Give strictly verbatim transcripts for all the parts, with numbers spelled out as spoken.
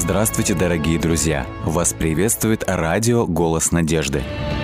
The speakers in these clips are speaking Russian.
Здравствуйте, дорогие друзья! Вас приветствует радио «Голос надежды».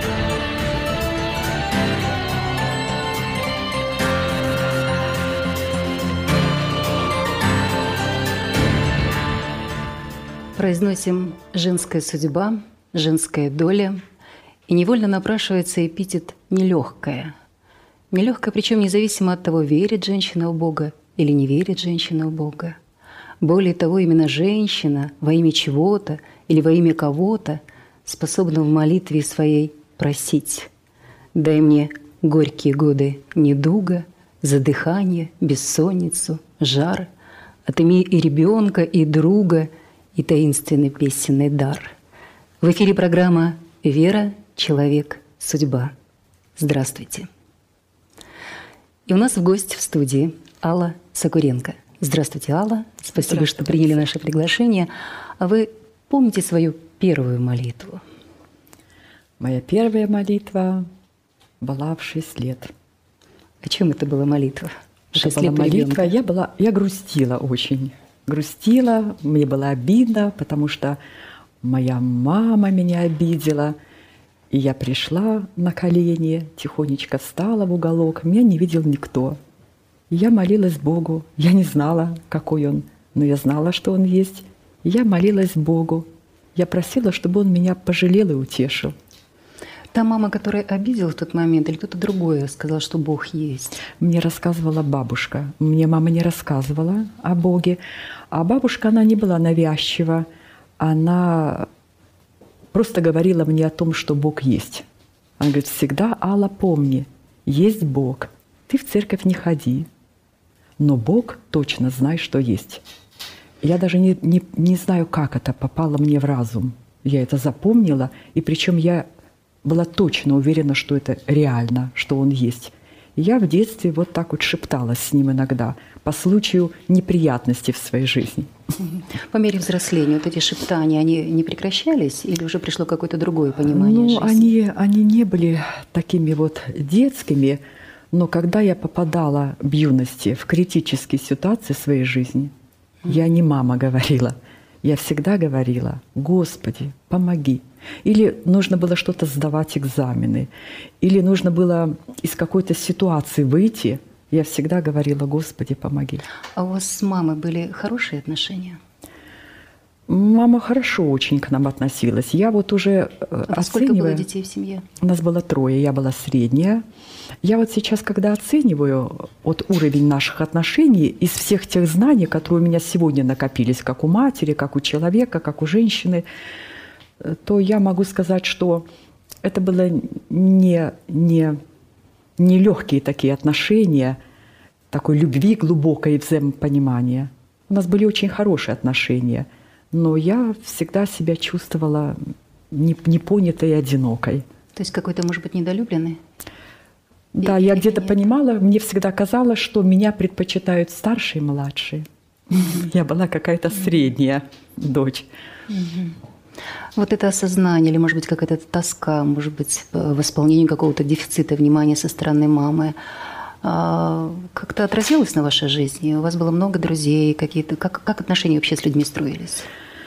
Произносим «женская судьба», «женская доля», и невольно напрашивается эпитет «нелегкая». Нелегкая, причем независимо от того, верит женщина в Бога или не верит женщина в Бога. Более того, именно женщина во имя чего-то или во имя кого-то способна в молитве своей просить: «Дай мне горькие годы недуга, задыхание, бессонницу, жар, отыми и ребенка, и друга, и таинственный песенный дар». В эфире программа «Вера, человек, судьба». Здравствуйте. И у нас в гости в студии Алла Сокуренко. Здравствуйте, Алла. Спасибо, Здравствуйте. Что приняли наше приглашение. А вы помните свою первую молитву? Моя первая молитва была в шесть лет. О чем это была молитва? Это была молитва. Я, была, я грустила очень. Грустила, мне было обидно, потому что моя мама меня обидела. И я пришла на колени, тихонечко встала в уголок. Меня не видел никто. И я молилась Богу. Я не знала, какой Он, но я знала, что Он есть. И я молилась Богу. Я просила, чтобы Он меня пожалел и утешил. Та мама, которая обидела в тот момент, или кто-то другой сказал, что Бог есть? Мне рассказывала бабушка. Мне мама не рассказывала о Боге. А бабушка, она не была навязчива. Она просто говорила мне о том, что Бог есть. Она говорит: всегда, Алла, помни, есть Бог. Ты в церковь не ходи, но Бог точно знай, что есть. Я даже не, не, не знаю, как это попало мне в разум. Я это запомнила, и причем я была точно уверена, что это реально, что Он есть. И я в детстве вот так вот шепталась с Ним иногда по случаю неприятностей в своей жизни. По мере взросления вот эти шептания, они не прекращались или уже пришло какое-то другое понимание ну, жизни? Они, они не были такими вот детскими, но когда я попадала в юности в критические ситуации своей жизни, mm-hmm. я не мама говорила, я всегда говорила: «Господи, помоги». Или нужно было что-то сдавать, экзамены, или нужно было из какой-то ситуации выйти, я всегда говорила: «Господи, помоги». А у вас с мамой были хорошие отношения? Мама хорошо очень к нам относилась. Я вот уже а оценивая... Сколько было детей в семье? У нас было трое, я была средняя. Я вот сейчас, когда оцениваю вот уровень наших отношений из всех тех знаний, которые у меня сегодня накопились, как у матери, как у человека, как у женщины, то я могу сказать, что это было не, не, не легкие такие отношения, такой любви глубокой и взаимопонимания. У нас были очень хорошие отношения, но я всегда себя чувствовала непонятой и одинокой. То есть какой-то, может быть, недолюбленный? Да, или, я или где-то нет? понимала, мне всегда казалось, что меня предпочитают старшие и младшие. Mm-hmm. Я была какая-то средняя mm-hmm. дочь. Mm-hmm. Вот это осознание, или, может быть, какая-то тоска, может быть, восполнение какого-то дефицита внимания со стороны мамы, как-то отразилось на вашей жизни? У вас было много друзей, какие-то, как, как отношения вообще с людьми строились?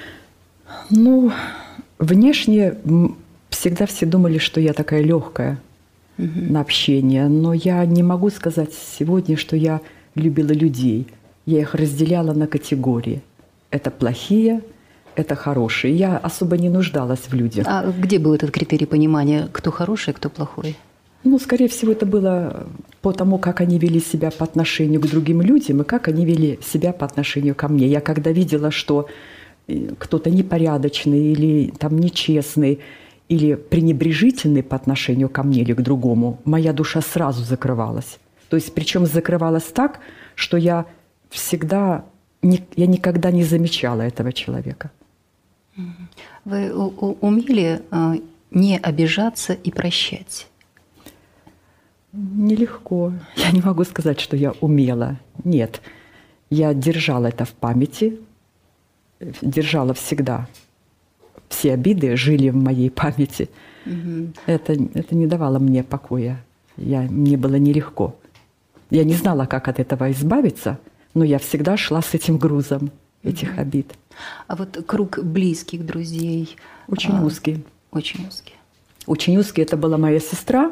Ну, внешне всегда все думали, что я такая легкая угу. на общение, но я не могу сказать сегодня, что я любила людей. Я их разделяла на категории. Это плохие, это хорошие. Я особо не нуждалась в людях. А где был этот критерий понимания, кто хороший, кто плохой? Ну, скорее всего, это было по тому, как они вели себя по отношению к другим людям и как они вели себя по отношению ко мне. Я когда видела, что кто-то непорядочный или там нечестный, или пренебрежительный по отношению ко мне или к другому, моя душа сразу закрывалась. То есть, причем закрывалась так, что я всегда, я никогда не замечала этого человека. Вы умели не обижаться и прощать? Нелегко. Я не могу сказать, что я умела. Нет. Я держала это в памяти, держала всегда. Все обиды жили в моей памяти. Угу. Это, это не давало мне покоя. Я, мне было нелегко. Я не знала, как от этого избавиться, но я всегда шла с этим грузом. этих mm-hmm. обид. А вот круг близких друзей? Очень а, узкий. Очень узкий. Очень узкий. Это была моя сестра,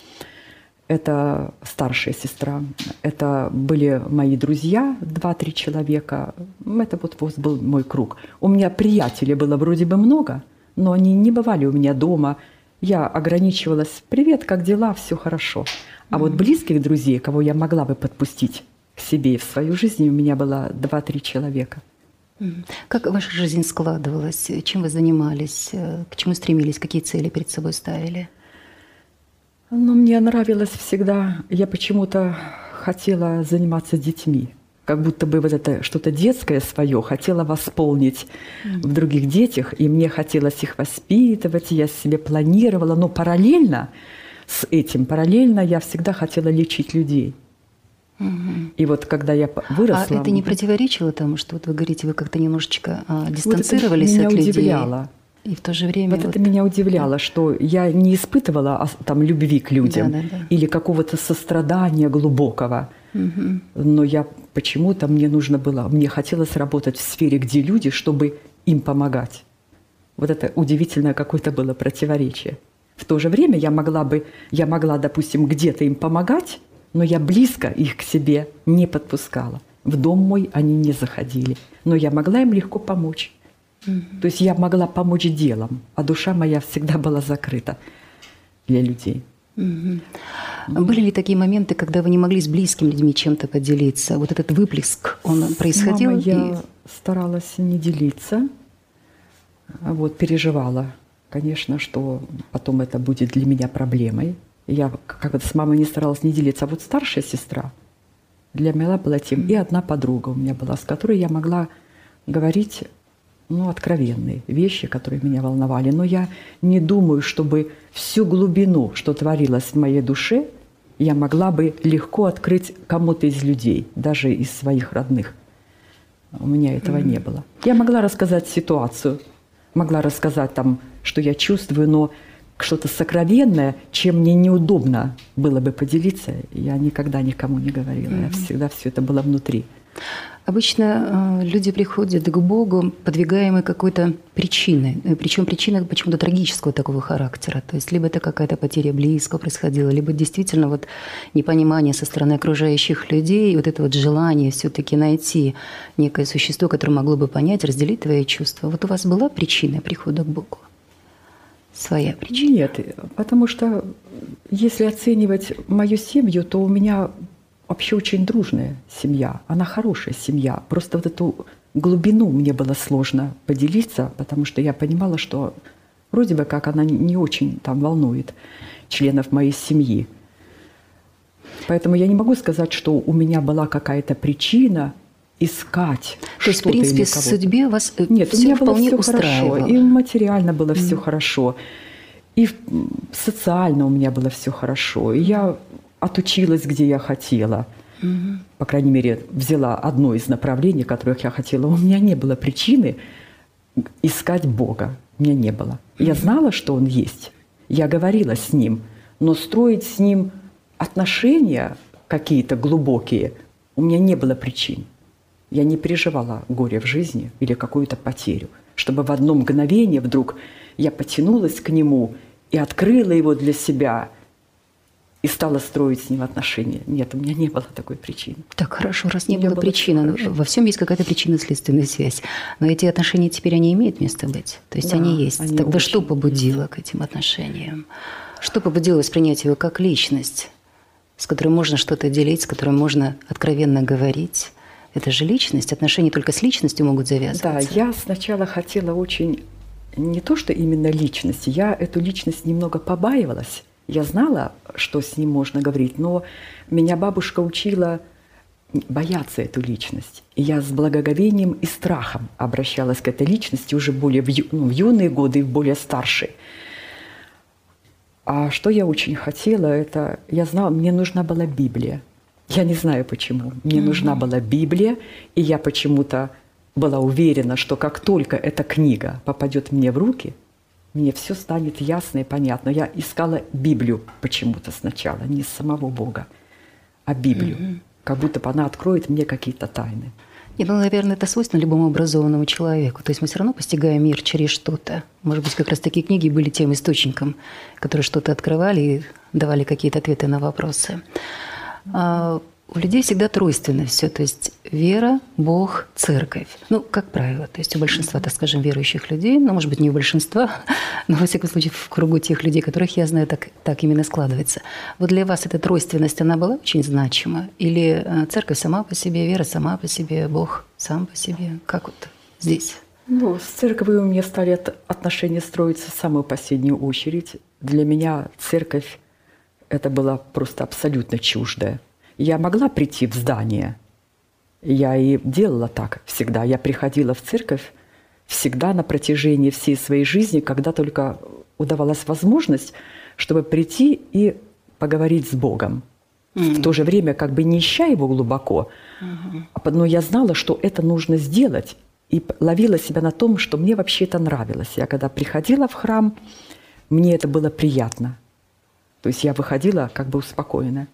это старшая сестра, это были мои друзья, два-три человека. Это вот, вот был мой круг. У меня приятелей было вроде бы много, но они не бывали у меня дома. Я ограничивалась: «Привет, как дела? Все хорошо». А mm-hmm. вот близких друзей, кого я могла бы подпустить к себе в свою жизнь, у меня было два-три человека. Как ваша жизнь складывалась? Чем вы занимались? К чему стремились? Какие цели перед собой ставили? Ну, мне нравилось всегда. Я почему-то хотела заниматься детьми. Как будто бы вот это что-то детское свое хотела восполнить mm-hmm. в других детях. И мне хотелось их воспитывать, я себе планировала. Но параллельно с этим, параллельно я всегда хотела лечить людей. Угу. И вот когда я выросла... А это не противоречило тому, что вот вы говорите, вы как-то немножечко а, дистанцировались вот это от меня людей? Удивляло. И в то же время... Вот, вот... это меня удивляло, что я не испытывала там любви к людям, да, да, да. или какого-то сострадания глубокого. Угу. Но я почему-то мне нужно было... Мне хотелось работать в сфере, где люди, чтобы им помогать. Вот это удивительное какое-то было противоречие. В то же время я могла бы... Я могла, допустим, где-то им помогать, но я близко их к себе не подпускала. В дом мой они не заходили. Но я могла им легко помочь. Mm-hmm. То есть я могла помочь делом, а душа моя всегда была закрыта для людей. Mm-hmm. Mm-hmm. Были ли такие моменты, когда вы не могли с близкими людьми чем-то поделиться? Вот этот выплеск, он с происходил? Мамой и... я старалась не делиться. Вот, переживала, конечно, что потом это будет для меня проблемой. Я как-то с мамой не старалась не делиться. А вот старшая сестра для меня была тем. Mm-hmm. И одна подруга у меня была, с которой я могла говорить, ну, откровенные вещи, которые меня волновали. Но я не думаю, чтобы всю глубину, что творилось в моей душе, я могла бы легко открыть кому-то из людей, даже из своих родных. У меня этого mm-hmm. не было. Я могла рассказать ситуацию, могла рассказать там, что я чувствую, но что-то сокровенное, чем мне неудобно было бы поделиться, я никогда никому не говорила. Mm-hmm. Я всегда все это было внутри. Обычно э, люди приходят к Богу, подвигаемые какой-то причиной. Причем причина почему-то трагического такого характера. То есть либо это какая-то потеря близкого происходила, либо действительно вот непонимание со стороны окружающих людей, и вот это вот желание все-таки найти некое существо, которое могло бы понять, разделить твои чувства. Вот у вас была причина прихода к Богу? Своя причина? Нет, потому что если оценивать мою семью, то у меня вообще очень дружная семья. Она хорошая семья. Просто вот эту глубину мне было сложно поделиться, потому что я понимала, что вроде бы как она не очень там волнует членов моей семьи. Поэтому я не могу сказать, что у меня была какая-то причина искать. То есть, в принципе, в судьбе вас Нет, у меня было все устраивало. Хорошо. И материально было mm. все хорошо, и социально у меня было все хорошо. И я отучилась, где я хотела. Mm-hmm. По крайней мере, взяла одно из направлений, которых я хотела. У меня не было причины искать Бога. У меня не было. Mm-hmm. Я знала, что Он есть. Я говорила с Ним. Но строить с Ним отношения какие-то глубокие у меня не было причин. Я не переживала горе в жизни или какую-то потерю, чтобы в одно мгновение вдруг я потянулась к Нему и открыла Его для себя и стала строить с Ним отношения. Нет, у меня не было такой причины. Так, хорошо, раз не было, было причины. Во всем есть какая-то причинно-следственная связь. Но эти отношения теперь, они имеют место быть? То есть да, они есть. Они Тогда что побудило есть. К этим отношениям? Что побудило воспринять его как личность, с которой можно что-то делить, с которой можно откровенно говорить? Это же личность, отношения только с личностью могут завязываться. Да, я сначала хотела очень, не то что именно личность, я эту личность немного побаивалась. Я знала, что с ним можно говорить, но меня бабушка учила бояться эту личность. И я с благоговением и страхом обращалась к этой личности уже более в, ю, ну, в юные годы и в более старшие. А что я очень хотела, это, я знала, мне нужна была Библия. Я не знаю почему. Мне mm-hmm. нужна была Библия, и я почему-то была уверена, что как только эта книга попадет мне в руки, мне все станет ясно и понятно. Я искала Библию почему-то сначала, не самого Бога, а Библию. Mm-hmm. Как будто бы она откроет мне какие-то тайны. И, ну, наверное, это свойственно любому образованному человеку. То есть мы все равно постигаем мир через что-то. Может быть, как раз такие книги были тем источником, которые что-то открывали и давали какие-то ответы на вопросы. А у людей всегда тройственно все. То есть вера, Бог, церковь. Ну, как правило. То есть у большинства, так скажем, верующих людей, ну, может быть, не у большинства, но, во всяком случае, в кругу тех людей, которых я знаю, так, так именно складывается. Вот для вас эта тройственность, она была очень значима? Или церковь сама по себе, вера сама по себе, Бог сам по себе? Как вот здесь? Ну, с церковью у меня стали отношения строиться в самую последнюю очередь. Для меня церковь – это было просто абсолютно чуждое. Я могла прийти в здание. Я и делала так всегда. Я приходила в церковь всегда на протяжении всей своей жизни, когда только удавалась возможность, чтобы прийти и поговорить с Богом. Mm-hmm. В то же время как бы не ища Его глубоко, mm-hmm. но я знала, что это нужно сделать. И ловила себя на том, что мне вообще это нравилось. Я когда приходила в храм, мне это было приятно. То есть я выходила как бы успокоенная.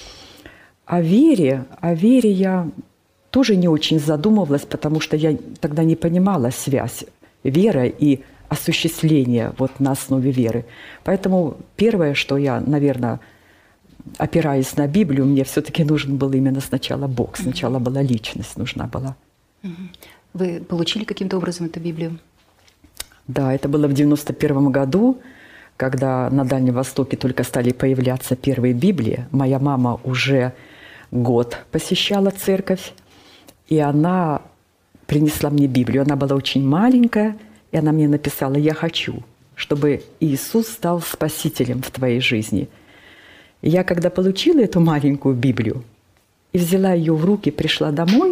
О вере, о вере я тоже не очень задумывалась, потому что я тогда не понимала связь веры и осуществления вот на основе веры. Поэтому первое, что я, наверное, опираясь на Библию, мне все-таки нужен был именно сначала Бог, сначала была личность нужна была. Вы получили каким-то образом эту Библию? Да, это было в девяносто первом году, когда на Дальнем Востоке только стали появляться первые Библии. Моя мама уже год посещала церковь, и она принесла мне Библию. Она была очень маленькая, и она мне написала: «Я хочу, чтобы Иисус стал спасителем в твоей жизни». И я, когда получила эту маленькую Библию и взяла ее в руки, пришла домой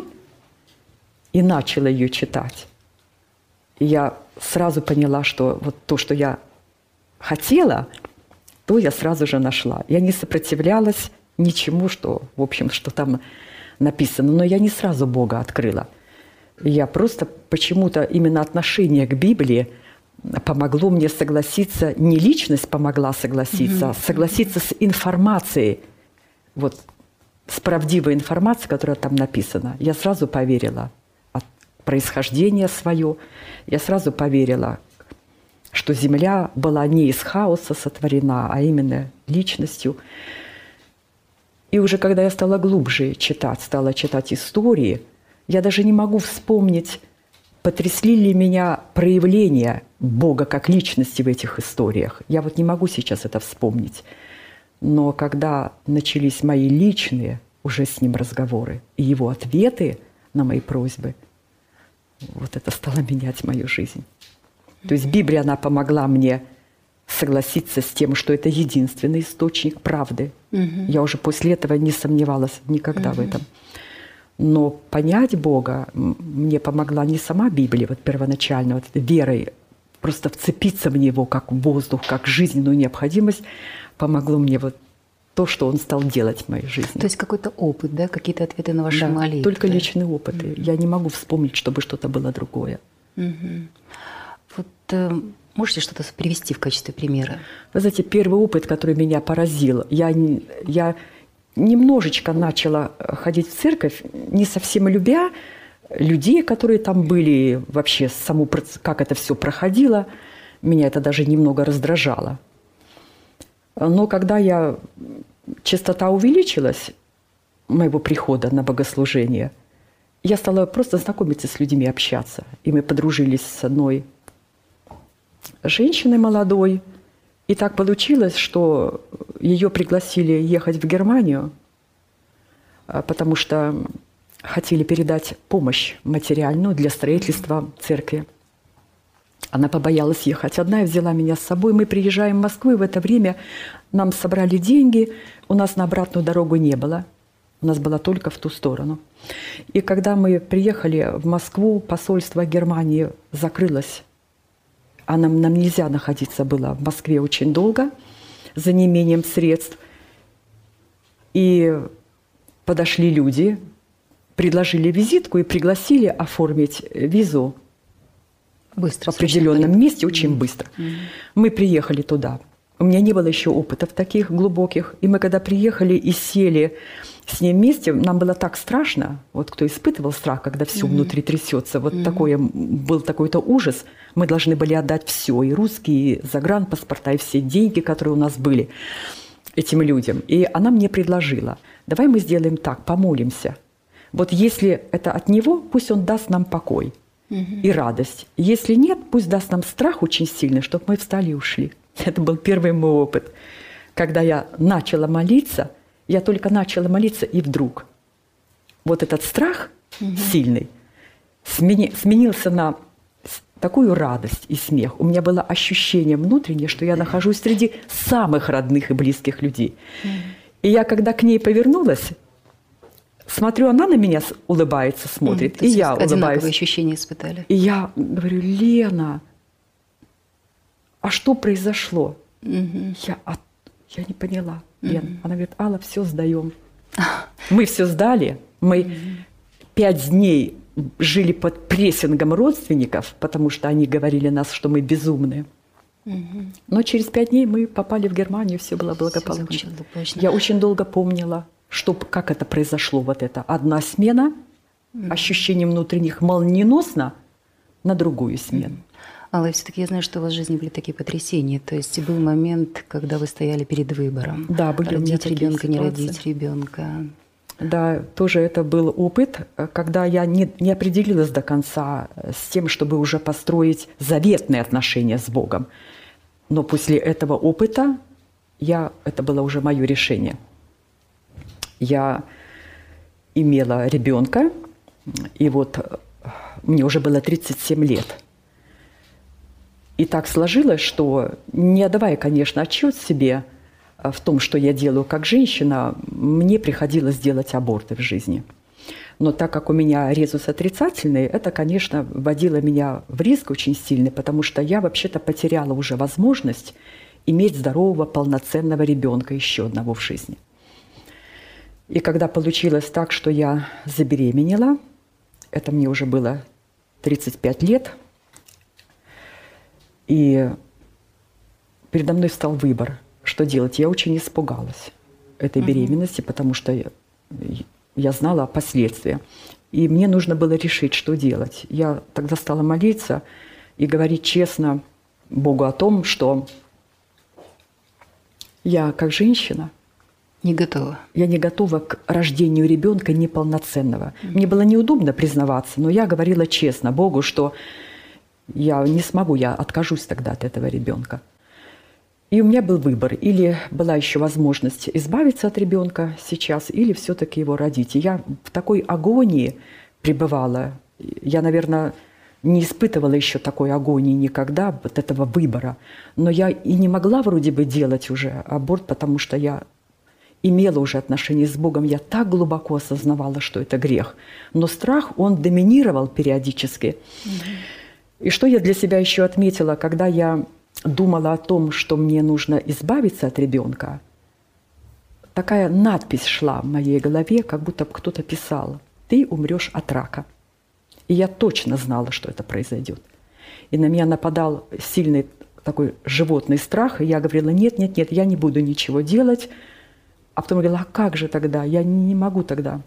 и начала ее читать, и я сразу поняла, что вот то, что я хотела, то я сразу же нашла. Я не сопротивлялась ничему, что, в общем, что там написано. Но я не сразу Бога открыла. Я просто почему-то именно отношение к Библии помогло мне согласиться, не личность помогла согласиться, mm-hmm. а согласиться с информацией, вот с правдивой информацией, которая там написана. Я сразу поверила от происхождения свое, я сразу поверила, что земля была не из хаоса сотворена, а именно личностью. И уже когда я стала глубже читать, стала читать истории, я даже не могу вспомнить, потрясли ли меня проявления Бога как личности в этих историях. Я вот не могу сейчас это вспомнить. Но когда начались мои личные уже с Ним разговоры и Его ответы на мои просьбы, вот это стало менять мою жизнь. То есть Библия, она помогла мне согласиться с тем, что это единственный источник правды. Угу. Я уже после этого не сомневалась никогда угу. в этом. Но понять Бога мне помогла не сама Библия, вот первоначально, вот верой, просто вцепиться в Него как в воздух, как жизненную необходимость, помогло мне вот то, что Он стал делать в моей жизни. То есть какой-то опыт, да, какие-то ответы на ваши да, молитвы? Только личные опыты. Угу. Я не могу вспомнить, чтобы что-то было другое. Угу. Вот э, можете что-то привести в качестве примера? Вы знаете, первый опыт, который меня поразил, я, я немножечко начала ходить в церковь, не совсем любя людей, которые там были, вообще саму, как это все проходило, меня это даже немного раздражало. Но когда я, частота увеличилась моего прихода на богослужение, я стала просто знакомиться с людьми, общаться. И мы подружились с одной женщиной молодой. И так получилось, что ее пригласили ехать в Германию, потому что хотели передать помощь материальную для строительства церкви. Она побоялась ехать одна и взяла меня с собой. Мы приезжаем в Москву, и в это время нам собрали деньги. У нас на обратную дорогу не было. У нас была только в ту сторону. И когда мы приехали в Москву, посольство Германии закрылось. А нам, нам нельзя находиться было в Москве очень долго, за неимением средств. И подошли люди, предложили визитку и пригласили оформить визу быстро, в определенном месте, очень mm-hmm. быстро. Mm-hmm. Мы приехали туда У меня не было еще опытов таких глубоких. И мы когда приехали и сели с ней вместе, нам было так страшно. Вот кто испытывал страх, когда все mm-hmm. внутри трясется, вот mm-hmm. такое, был такой-то ужас. Мы должны были отдать все, и русские, и загранпаспорта, и все деньги, которые у нас были этим людям. И она мне предложила: давай мы сделаем так, помолимся. Вот если это от него, пусть он даст нам покой mm-hmm. и радость. Если нет, пусть даст нам страх очень сильный, чтобы мы встали и ушли. Это был первый мой опыт. Когда я начала молиться, я только начала молиться, и вдруг вот этот страх mm-hmm. сильный смени, сменился на такую радость и смех. У меня было ощущение внутреннее, что я нахожусь среди самых родных и близких людей. Mm-hmm. И я, когда к ней повернулась, смотрю, она на меня улыбается, смотрит, mm-hmm. и я улыбаюсь. Одинаковые ощущения испытали. И я говорю: Лена, а что произошло? Mm-hmm. Я, а, я не поняла. Mm-hmm. Лен. Она говорит: Алла, все сдаем. Мы все сдали. Мы mm-hmm. пять дней жили под прессингом родственников, потому что они говорили нас, что мы безумные. Mm-hmm. Но через пять дней мы попали в Германию, все было благополучно. Я очень долго помнила, что, как это произошло, вот это. Одна смена, mm-hmm. ощущение внутренних молниеносно на другую смену. Mm-hmm. Алла, все-таки я знаю, что у вас в жизни были такие потрясения. То есть был момент, когда вы стояли перед выбором. Да, были родить ребенка, не родить ребенка. Да, тоже это был опыт, когда я не, не определилась до конца с тем, чтобы уже построить заветные отношения с Богом. Но после этого опыта я, это было уже мое решение. Я имела ребенка, и вот мне уже было тридцать семь лет. И так сложилось, что, не отдавая, конечно, отчет себе в том, что я делаю как женщина, мне приходилось делать аборты в жизни. Но так как у меня резус отрицательный, это, конечно, вводило меня в риск очень сильный, потому что я вообще-то потеряла уже возможность иметь здорового, полноценного ребенка, еще одного в жизни. И когда получилось так, что я забеременела, это мне уже было тридцать пять лет, и передо мной встал выбор, что делать. Я очень испугалась этой беременности, потому что я, я знала о последствиях. И мне нужно было решить, что делать. Я тогда стала молиться и говорить честно Богу о том, что я как женщина не готова. Я не готова к рождению ребенка неполноценного. Mm-hmm. Мне было неудобно признаваться, но я говорила честно Богу, что я не смогу, я откажусь тогда от этого ребенка. И у меня был выбор. Или была еще возможность избавиться от ребенка сейчас, или все-таки его родить. И я в такой агонии пребывала. Я, наверное, не испытывала еще такой агонии никогда, вот этого выбора. Но я и не могла вроде бы делать уже аборт, потому что я имела уже отношения с Богом. Я так глубоко осознавала, что это грех. Но страх, он доминировал периодически. Mm-hmm. И что я для себя еще отметила, когда я думала о том, что мне нужно избавиться от ребенка, такая надпись шла в моей голове, как будто кто-то писал: «Ты умрешь от рака». И я точно знала, что это произойдет. И на меня нападал сильный такой животный страх, и я говорила: нет, нет, нет, я не буду ничего делать. А потом говорила: а как же тогда? Я не могу тогда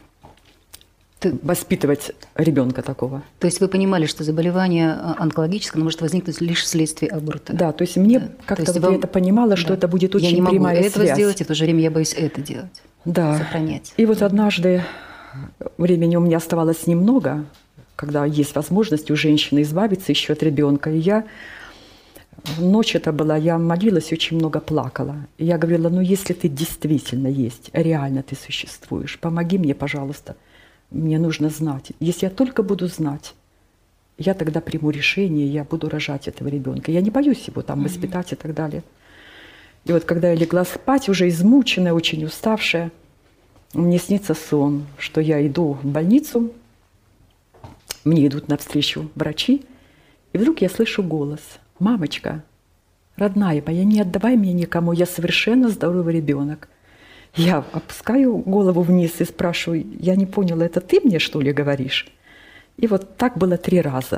Ты... воспитывать ребенка такого. То есть вы понимали, что заболевание онкологическое может возникнуть лишь вследствие аборта? Да, то есть мне да. как-то вот вам... я это понимала, что да. это будет очень я не прямая могу этого связь. сделать, и в то же время я боюсь это делать. Да. Сохранять. И вот однажды, времени у меня оставалось немного, когда есть возможность у женщины избавиться еще от ребенка, и я... Ночь это была, я молилась, очень много плакала. И я говорила: ну если ты действительно есть, реально ты существуешь, помоги мне, пожалуйста. Мне нужно знать. Если я только буду знать, я тогда приму решение, я буду рожать этого ребенка. Я не боюсь его там воспитать mm-hmm. и так далее. И вот когда я легла спать, уже измученная, очень уставшая, мне снится сон, что я иду в больницу, мне идут навстречу врачи, и вдруг я слышу голос: «Мамочка, родная моя, не отдавай меня никому, я совершенно здоровый ребенок». Я опускаю голову вниз и спрашиваю: я не поняла, это ты мне, что ли, говоришь? И вот так было три раза.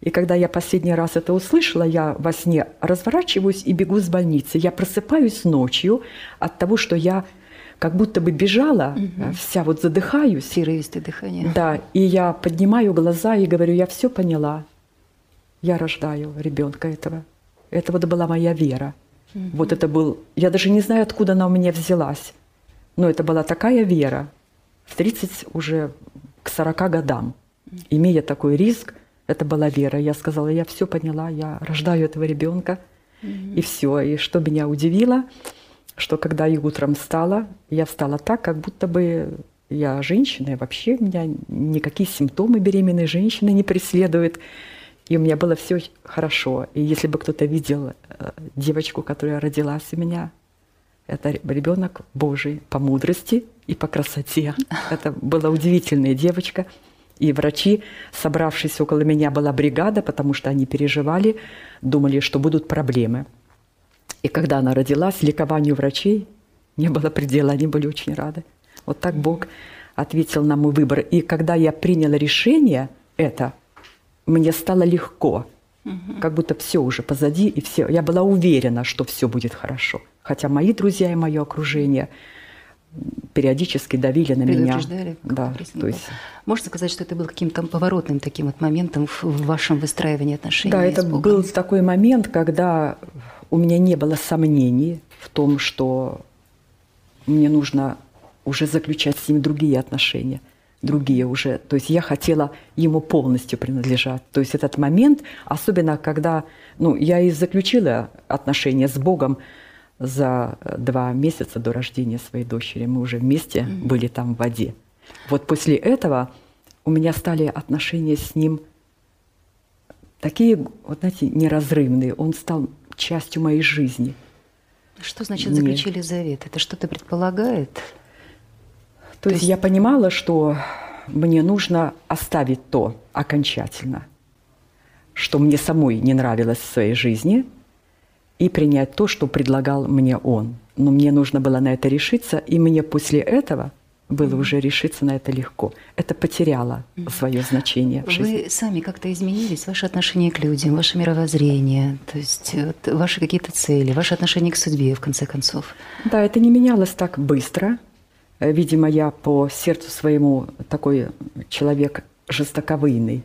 И когда я последний раз это услышала, я во сне разворачиваюсь и бегу с больницы. Я просыпаюсь ночью от того, что я как будто бы бежала, угу. вся вот задыхаюсь. Прерывистое дыхание. Да, и я поднимаю глаза и говорю, я все поняла. Я рождаю ребенка этого. Это вот была моя вера. Угу. Вот это был, я даже не знаю, откуда она у меня взялась, но это была такая вера в тридцать уже к сорока годам, угу. имея такой риск, это была вера. Я сказала, я все поняла, я рождаю этого ребенка, угу. и все. И что меня удивило, что когда я утром встала, я встала так, как будто бы я женщина, и вообще меня никакие симптомы беременной женщины не преследуют. И у меня было все хорошо. И если бы кто-то видел девочку, которая родилась у меня, это ребенок Божий по мудрости и по красоте. Это была удивительная девочка. И врачи, собравшись около меня, была бригада, потому что они переживали, думали, что будут проблемы. И когда она родилась, ликованию врачей не было предела, они были очень рады. Вот так Бог ответил на мой выбор. И когда я приняла решение это, мне стало легко, угу. как будто все уже позади, и все. Я была уверена, что все будет хорошо. Хотя мои друзья и мое окружение периодически давили на меня. Да, то есть... Можно сказать, что это был каким-то поворотным таким вот моментом в вашем выстраивании отношений? Да, это был такой момент, когда у меня не было сомнений в том, что мне нужно уже заключать с ним другие отношения, другие уже. То есть я хотела ему полностью принадлежать. То есть этот момент, особенно когда, ну, я и заключила отношения с Богом за два месяца до рождения своей дочери. Мы уже вместе mm-hmm. были там в воде. Вот после этого у меня стали отношения с ним такие, вот знаете, неразрывные. Он стал частью моей жизни. Что значит заключили Нет. завет? Это что-то предполагает? То, То есть, есть я понимала, что мне нужно оставить то окончательно, что мне самой не нравилось в своей жизни, и принять то, что предлагал мне он. Но мне нужно было на это решиться, и мне после этого было mm-hmm. уже решиться на это легко. Это потеряло mm-hmm. свое значение в жизни. Вы сами как-то изменились, ваше отношение к людям, ваше мировоззрение, то есть вот, ваши какие-то цели, ваше отношение к судьбе, в конце концов? Да, это не менялось так быстро. Видимо, я по сердцу своему такой человек жестоковыйный.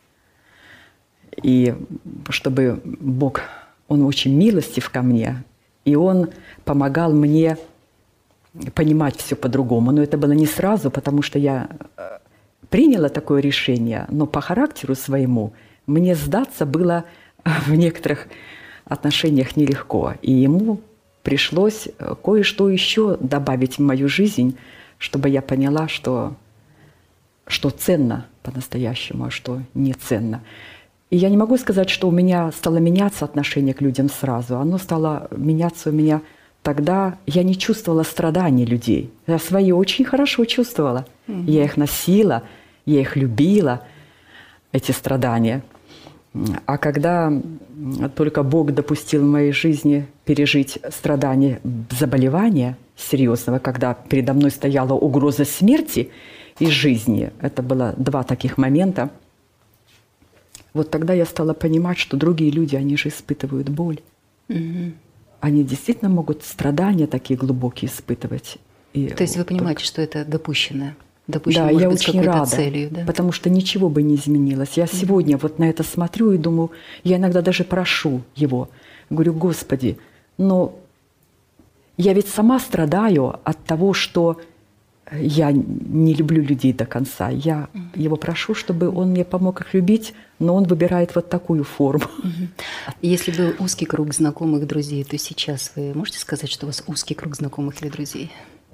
И чтобы Бог... Он очень милостив ко мне, и Он помогал мне понимать все по-другому. Но это было не сразу, потому что я приняла такое решение, но по характеру своему мне сдаться было в некоторых отношениях нелегко. И ему пришлось кое-что еще добавить в мою жизнь, чтобы я поняла, что, что ценно по-настоящему, а что не ценно. И я не могу сказать, что у меня стало меняться отношение к людям сразу. Оно стало меняться у меня тогда. Я не чувствовала страданий людей. Я свои очень хорошо чувствовала. Mm-hmm. Я их носила, я их любила, эти страдания. А когда только Бог допустил в моей жизни пережить страдания заболевания серьезного, когда передо мной стояла угроза смерти и жизни, это было два таких момента, вот тогда я стала понимать, что другие люди, они же испытывают боль. Mm-hmm. Они действительно могут страдания такие глубокие испытывать. И То есть вы понимаете, только... что это допущено? Допущено, да, может я быть, очень рада, целью, да? потому что ничего бы не изменилось. Я mm-hmm. сегодня вот на это смотрю и думаю, я иногда даже прошу его. Говорю, Господи, но я ведь сама страдаю от того, что я не люблю людей до конца. Я mm-hmm. его прошу, чтобы он мне помог их любить, но он выбирает вот такую форму. Mm-hmm. Если был узкий круг знакомых, друзей, то сейчас вы можете сказать, что у вас узкий круг знакомых или друзей?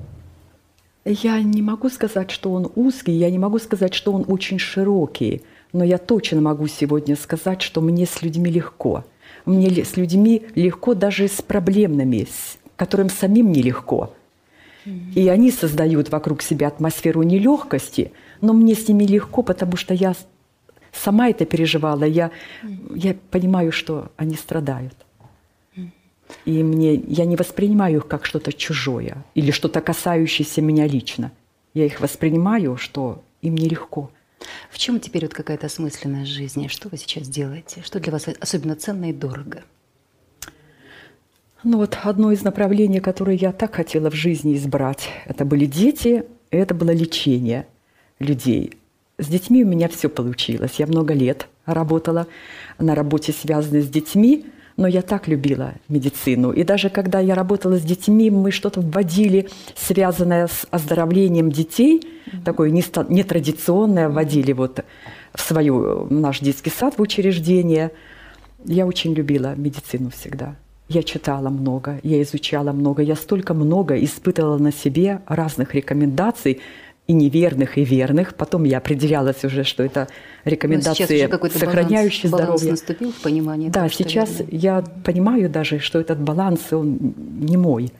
Я не могу сказать, что он узкий, я не могу сказать, что он очень широкий, но я точно могу сегодня сказать, что мне с людьми легко. Мне с людьми легко даже с проблемными, с которым самим нелегко. И они создают вокруг себя атмосферу нелегкости, но мне с ними легко, потому что я сама это переживала. Я, я понимаю, что они страдают. И мне, я не воспринимаю их как что-то чужое или что-то касающееся меня лично. Я их воспринимаю, что им нелегко. В чем теперь вот какая-то осмысленность жизни? Что вы сейчас делаете? Что для вас особенно ценно и дорого? Ну вот одно из направлений, которое я так хотела в жизни избрать, это были дети, и это было лечение людей. С детьми у меня все получилось. Я много лет работала на работе, связанной с детьми, но я так любила медицину. И даже когда я работала с детьми, мы что-то вводили, связанное с оздоровлением детей, mm-hmm. такое нетрадиционное, вводили вот в, свою, в наш детский сад, в учреждение. Я очень любила медицину всегда. Я читала много, я изучала много, я столько много испытывала на себе разных рекомендаций, и неверных, и верных. Потом я определялась уже, что это рекомендации, сохраняющие здоровье. Баланс наступил в понимании? Да, того, сейчас верно. Я понимаю даже, что этот баланс, он не мой.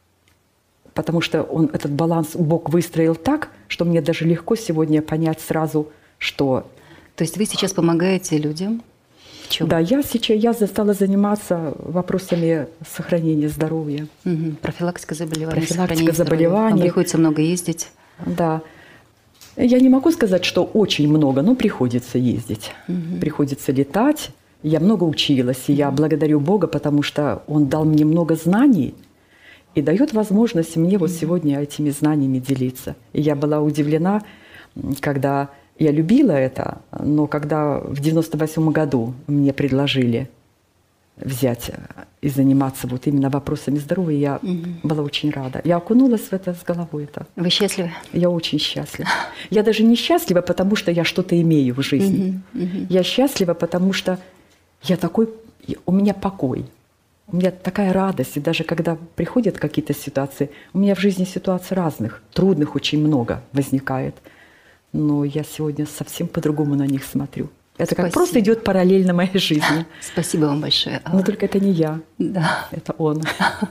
Потому что он, этот баланс Бог выстроил так, что мне даже легко сегодня понять сразу, что... То есть вы сейчас помогаете людям? В чем? Да, я сейчас я стала заниматься вопросами сохранения здоровья. Угу. Профилактика заболеваний. Профилактика заболеваний. Вам приходится много ездить? Да. Я не могу сказать, что очень много, но приходится ездить. Угу. Приходится летать. Я много училась, и я благодарю Бога, потому что Он дал мне много знаний и дает возможность мне вот сегодня этими знаниями делиться. И я была удивлена, когда я любила это, но когда в девяносто восьмом году мне предложили взять и заниматься вот именно вопросами здоровья, я угу. была очень рада. Я окунулась в это с головой. Это. Вы счастливы? Я очень счастлива. Я даже не счастлива, потому что я что-то имею в жизни. Угу. Угу. Я счастлива, потому что я такой, у меня покой. У меня такая радость. И даже когда приходят какие-то ситуации, у меня в жизни ситуаций разных, трудных очень много возникает. Но я сегодня совсем по-другому на них смотрю. Это Спасибо. Как просто идет параллельно моей жизни. Спасибо вам большое, Алла. Но только это не я, да. это он.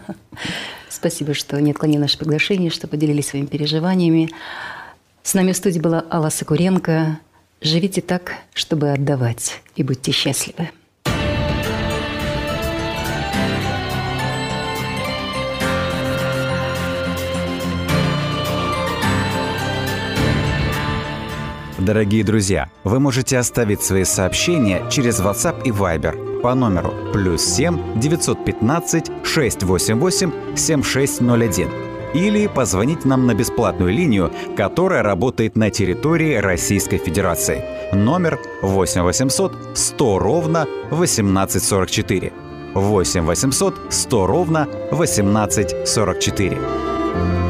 Спасибо, что не отклонили наше приглашение, что поделились своими переживаниями. С нами в студии была Алла Сокуренко. Живите так, чтобы отдавать, и будьте счастливы. Дорогие друзья, вы можете оставить свои сообщения через WhatsApp и Viber по номеру плюс семь девятьсот пятнадцать шестьсот восемьдесят восемь семьдесят шесть ноль один или позвонить нам на бесплатную линию, которая работает на территории Российской Федерации. Номер восемь восемьсот сто ровно восемнадцать сорок четыре. восемь восемьсот сто ровно восемнадцать сорок четыре.